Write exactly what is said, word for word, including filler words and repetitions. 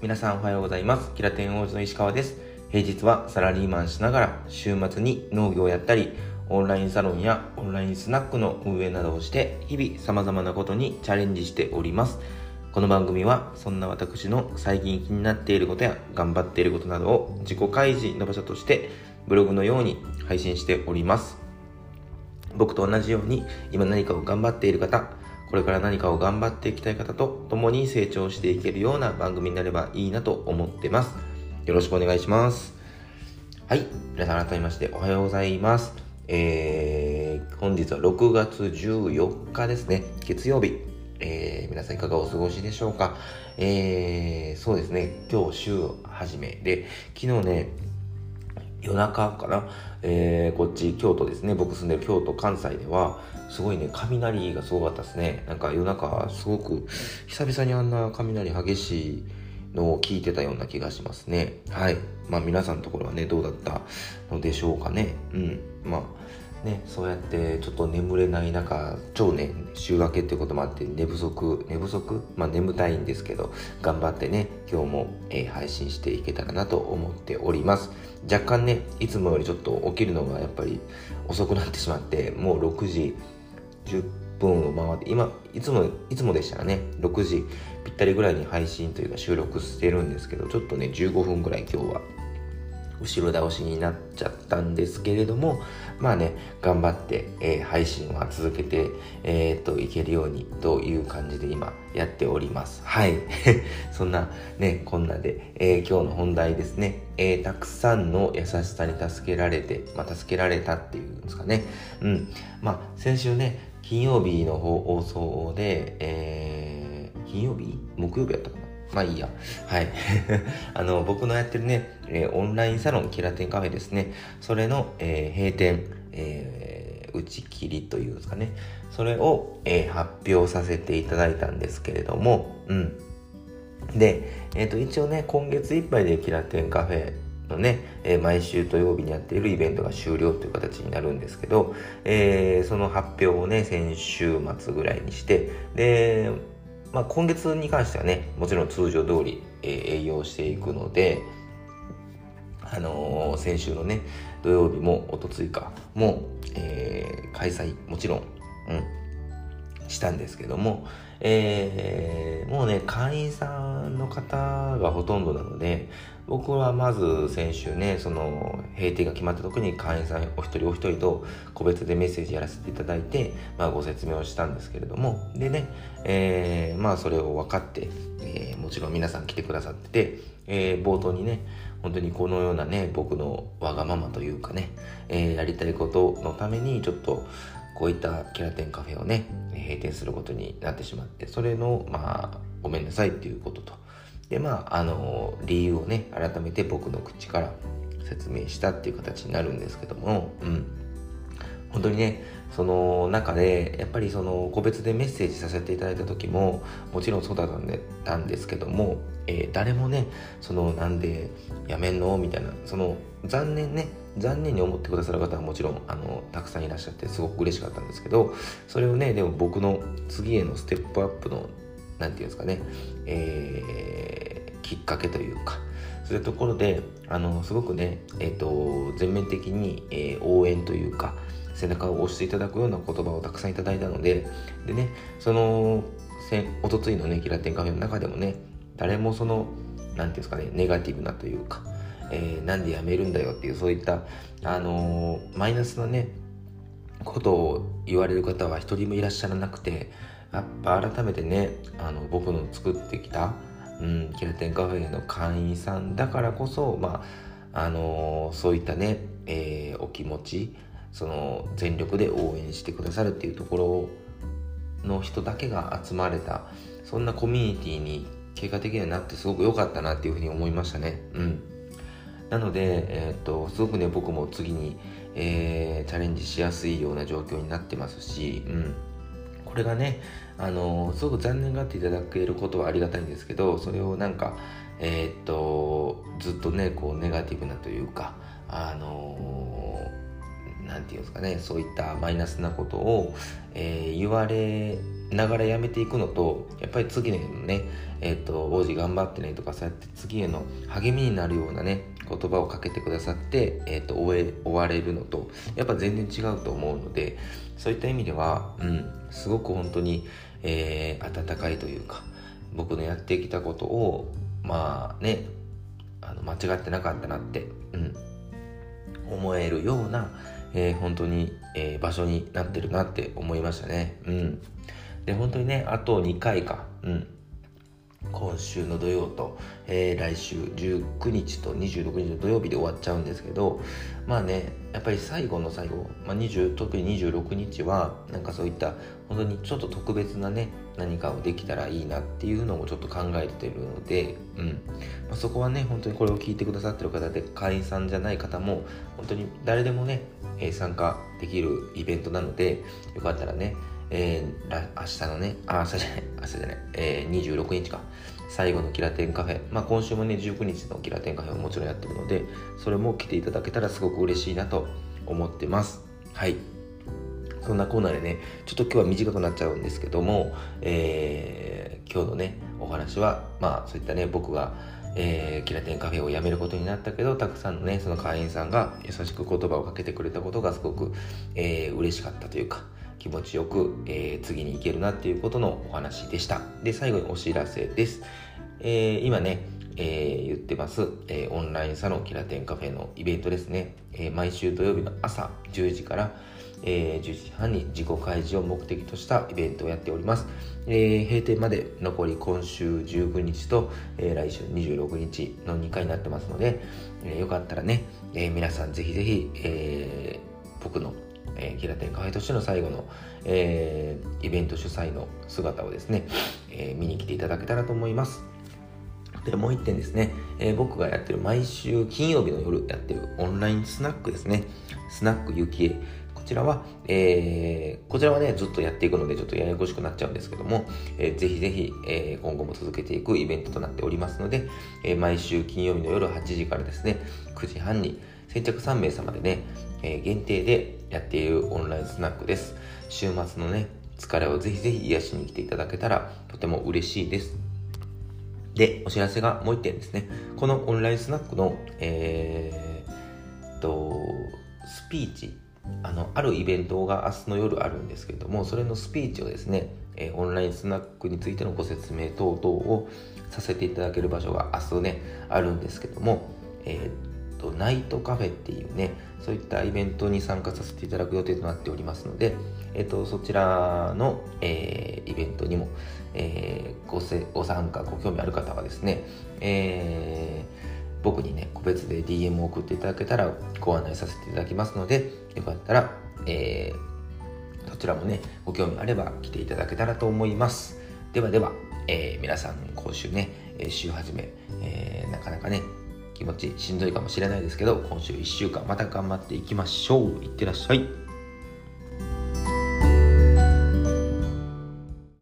皆さんおはようございます。キラテン王子の石川です。平日はサラリーマンしながら週末に農業をやったり、オンラインサロンやオンラインスナックの運営などをして日々様々なことにチャレンジしております。この番組はそんな私の最近気になっていることや頑張っていることなどを自己開示の場所としてブログのように配信しております。僕と同じように今何かを頑張っている方、これから何かを頑張っていきたい方と共に成長していけるような番組になればいいなと思ってます。よろしくお願いします。はい、皆さん改めましておはようございます。えー、本日はろくがつじゅうよっかですね、月曜日。えー、皆さんいかがお過ごしでしょうか。えー、そうですね、今日週始めで、昨日ね、夜中かな、えー、こっち京都ですね、僕住んでる京都関西ではすごいね、雷がすごかったですね。なんか夜中すごく久々にあんな雷激しいのを聞いてたような気がしますね。はい、まあ皆さんのところはねどうだったのでしょうかね。うんまあね、そうやってちょっと眠れない中、超ね週明けっていうこともあって寝不足寝不足まあ眠たいんですけど、頑張ってね今日も、えー、配信していけたらなと思っております。若干ねいつもよりちょっと起きるのがやっぱり遅くなってしまって、もうろくじじゅっぷんを回って、今いつもいつもでしたらねろくじぴったりぐらいに配信というか収録してるんですけど、ちょっとねじゅうごふんぐらい今日は後ろ倒しになっちゃったんですけれども、まあね頑張って、えー、配信は続けて、えー、っといけるようにという感じで今やっております。はいそんなねこんなで、えー、今日の本題ですね、えー、たくさんの優しさに助けられて、まあ、助けられたっていうんですかね。うんまあ先週ね金曜日の放送で、えー、金曜日木曜日やったかな、まあいいや。はい。あの、僕のやってるね、えー、オンラインサロン、キラテンカフェですね。それの、えー、閉店、えー、打ち切りというんですかね。それを、えー、発表させていただいたんですけれども、うん。で、えっと、一応ね、今月いっぱいでキラテンカフェのね、えー、毎週土曜日にやっているイベントが終了という形になるんですけど、えー、その発表をね、先週末ぐらいにして、で、まあ、今月に関してはねもちろん通常通り、えー、営業していくので、あのー、先週のね土曜日もおとついかも、えー、開催もちろん、うん、したんですけども、えー、もうね会員さんの方がほとんどなので、僕はまず先週ねその閉店が決まった時に会員さんお一人お一人と個別でメッセージやらせていただいて、まあ、ご説明をしたんですけれども、でね、えー、まあそれを分かって、えー、もちろん皆さん来てくださってて、えー、冒頭にね本当にこのようなね僕のわがままというかね、えー、やりたいことのためにちょっとこういったキラテンカフェをね閉店することになってしまって、それのまあごめんなさいっていうことと、でまああの理由をね改めて僕の口から説明したっていう形になるんですけども、うん本当にねその中でやっぱりその個別でメッセージさせていただいた時ももちろんそうだったんでたんですけども、えー、誰もねそのなんでやめんのみたいな、その残念ね残念に思ってくださる方はもちろんあのたくさんいらっしゃってすごく嬉しかったんですけど、それをねでも僕の次へのステップアップのなんていうんですかね、えー、きっかけというかそういうところであのすごくね、えーと、全面的に、えー、応援というか背中を押していただくような言葉をたくさんいただいたので、でねそのおとついのねキラテンカフェの中でもね誰もそのなんていうんですかねネガティブなというか、えー、なんでやめるんだよっていうそういったあのー、マイナスなねことを言われる方は一人もいらっしゃらなくて、やっぱ改めてねあの僕の作ってきた、うん、キラテンカフェの会員さんだからこそ、まああのー、そういったね、えー、お気持ちその全力で応援してくださるっていうところの人だけが集まれた、そんなコミュニティに結果的にはなってすごく良かったなっていうふうに思いましたね。うんなので、えー、っとすごくね僕も次に、えー、チャレンジしやすいような状況になってますし、うん、これがね、あのー、すごく残念がっていただけることはありがたいんですけど、それをなんか、えー、っとずっとねこうネガティブなというか、あのー、なんていうんですかねそういったマイナスなことを、えー、言われながらやめていくのと、やっぱり次のね、えっと、王子頑張ってねとか、そうやって次への励みになるようなね、言葉をかけてくださって、えっと、終え、終われるのと、やっぱ全然違うと思うので、そういった意味では、うん、すごく本当に、えー、温かいというか、僕のやってきたことを、まあね、あの間違ってなかったなって、うん、思えるような、えー、本当に、えー、場所になってるなって思いましたね。うん。で、本当にね、あとにかいか、うん。今週の土曜と、えー、来週じゅうくにちとにじゅうろくにちの土曜日で終わっちゃうんですけど、まあね、やっぱり最後の最後、まあ、にじゅう特ににじゅうろくにちはなんかそういった本当にちょっと特別なね、何かをできたらいいなっていうのもちょっと考えてるので、うん、まあ、そこはね、本当にこれを聞いてくださってる方で会員さんじゃない方も本当に誰でもね、えー、参加できるイベントなので、よかったらね、えー、明日のね、あ、明日じゃない、明日じゃない、えー、にじゅうろくにちか、最後のキラテンカフェ、まあ今週もね、じゅうくにちのキラテンカフェももちろんやってるので、それも来ていただけたらすごく嬉しいなと思ってます。はい。そんなコーナーでね、ちょっと今日は短くなっちゃうんですけども、えー、今日のね、お話は、まあそういったね、僕が、えー、キラテンカフェを辞めることになったけど、たくさんのね、その会員さんが優しく言葉をかけてくれたことがすごく、えー、嬉しかったというか、気持ちよく、えー、次に行けるなっていうことのお話でした。で、最後にお知らせです。えー、今ね、えー、言ってます、えー、オンラインサロンキラテンカフェのイベントですね。えー、毎週土曜日の朝じゅうじから、えー、じゅうじはんに自己開示を目的としたイベントをやっております。えー、閉店まで残り今週じゅうくにちと、えー、来週にじゅうろくにちのにかいになってますので、えー、よかったらね、えー、皆さんぜひぜひ、えー、僕のえー、キラテンカフェとしての最後の、えー、イベント主催の姿をですね、えー、見に来ていただけたらと思います。で、もう一点ですね、えー、僕がやってる毎週金曜日の夜やってるオンラインスナックですね、スナックゆきえ、こちらは、えー、こちらはねずっとやっていくのでちょっとややこしくなっちゃうんですけども、えー、ぜひぜひ、えー、今後も続けていくイベントとなっておりますので、えー、毎週金曜日の夜はちじからですね、くじはんに先着さんめいさまでね、えー、限定でやっているオンラインスナックです。週末のね、疲れをぜひぜひ癒しに来ていただけたらとても嬉しいです。で、お知らせがもう一点ですね。このオンラインスナックの、えー、と、スピーチ、あの、あるイベントが明日の夜あるんですけれども、それのスピーチをですね、えー、オンラインスナックについてのご説明等々をさせていただける場所が明日ね、あるんですけども、えーナイトカフェっていうね、そういったイベントに参加させていただく予定となっておりますので、えっと、そちらの、えー、イベントにも、えー、ごせご参加、ご興味ある方はですね、えー、僕にね、個別で ディーエム を送っていただけたらご案内させていただきますので、よかったら、えー、そちらもね、ご興味あれば来ていただけたらと思います。ではでは、えー、皆さん今週ね、週始め、えー、なかなかね、気持ちしんどいかもしれないですけど、今週いっしゅうかんまた頑張っていきましょう。いってらっしゃい。